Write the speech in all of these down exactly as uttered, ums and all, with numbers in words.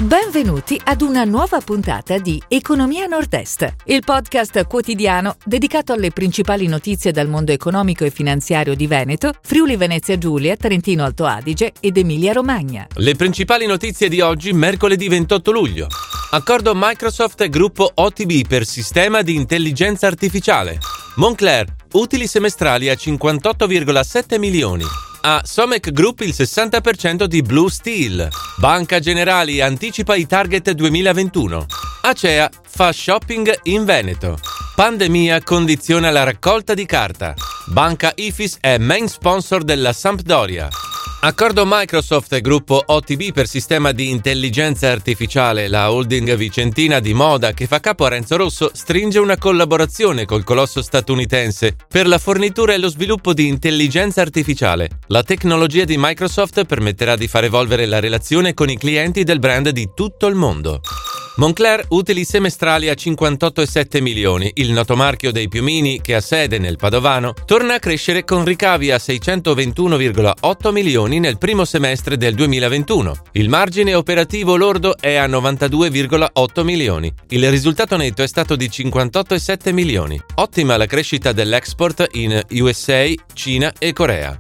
Benvenuti ad una nuova puntata di Economia Nord-Est, il podcast quotidiano dedicato alle principali notizie dal mondo economico e finanziario di Veneto, Friuli Venezia Giulia, Trentino Alto Adige ed Emilia Romagna. Le principali notizie di oggi, mercoledì ventotto luglio. Accordo Microsoft e gruppo O T B per sistema di intelligenza artificiale. Moncler, utili semestrali a cinquantotto virgola sette milioni. A Somec Group il sessanta per cento di Blue Steel. Banca Generali anticipa i target duemilaventuno. Acea fa shopping in Veneto. Pandemia condiziona la raccolta di carta. Banca Ifis è main sponsor della Sampdoria. Accordo Microsoft e gruppo O T B per sistema di intelligenza artificiale. La holding vicentina di moda che fa capo a Renzo Rosso stringe una collaborazione col colosso statunitense per la fornitura e lo sviluppo di intelligenza artificiale. La tecnologia di Microsoft permetterà di far evolvere la relazione con i clienti del brand di tutto il mondo. Moncler, utili semestrali a cinquantotto virgola sette milioni. Il noto marchio dei piumini, che ha sede nel Padovano, torna a crescere con ricavi a seicentoventuno virgola otto milioni nel primo semestre del duemilaventuno. Il margine operativo lordo è a novantadue virgola otto milioni. Il risultato netto è stato di cinquantotto virgola sette milioni. Ottima la crescita dell'export in U S A, Cina e Corea.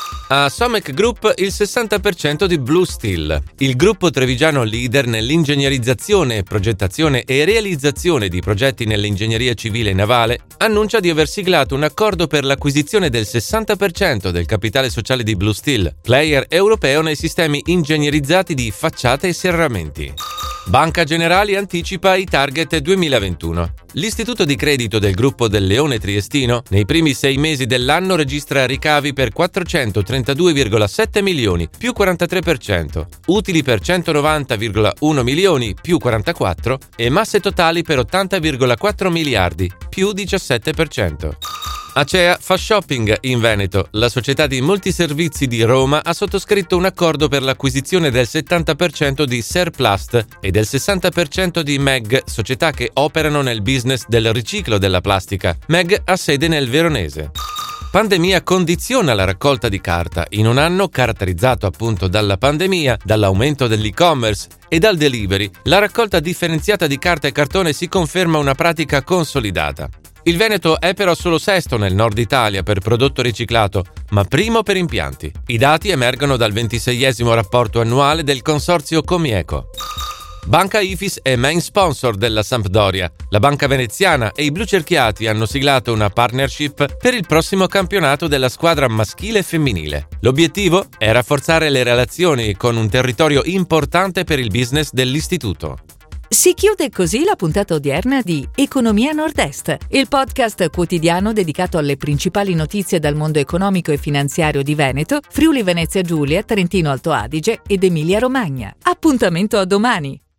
A Somec Group il sessanta per cento di Blue Steel. Il gruppo trevigiano leader nell'ingegnerizzazione, progettazione e realizzazione di progetti nell'ingegneria civile e navale annuncia di aver siglato un accordo per l'acquisizione del sessanta per cento del capitale sociale di Blue Steel, player europeo nei sistemi ingegnerizzati di facciate e serramenti. Banca Generali anticipa i target duemilaventuno. L'istituto di credito del gruppo del Leone Triestino nei primi sei mesi dell'anno registra ricavi per quattrocentotrentadue virgola sette milioni, più quarantatré per cento, utili per centonovanta virgola uno milioni, più quarantaquattro per cento e masse totali per ottanta virgola quattro miliardi, più diciassette per cento. Acea fa shopping in Veneto. La società di multiservizi di Roma ha sottoscritto un accordo per l'acquisizione del settanta per cento di Serplast e del sessanta per cento di M E G, società che operano nel business del riciclo della plastica. M E G ha sede nel Veronese. Pandemia condiziona la raccolta di carta in un anno caratterizzato appunto dalla pandemia, dall'aumento dell'e-commerce e dal delivery. La raccolta differenziata di carta e cartone si conferma una pratica consolidata. Il Veneto è però solo sesto nel nord Italia per prodotto riciclato, ma primo per impianti. I dati emergono dal ventiseiesimo rapporto annuale del consorzio Comieco. Banca Ifis è main sponsor della Sampdoria. La banca veneziana e i blucerchiati hanno siglato una partnership per il prossimo campionato della squadra maschile e femminile. L'obiettivo è rafforzare le relazioni con un territorio importante per il business dell'istituto. Si chiude così la puntata odierna di Economia Nord-Est, il podcast quotidiano dedicato alle principali notizie dal mondo economico e finanziario di Veneto, Friuli Venezia Giulia, Trentino Alto Adige ed Emilia Romagna. Appuntamento a domani!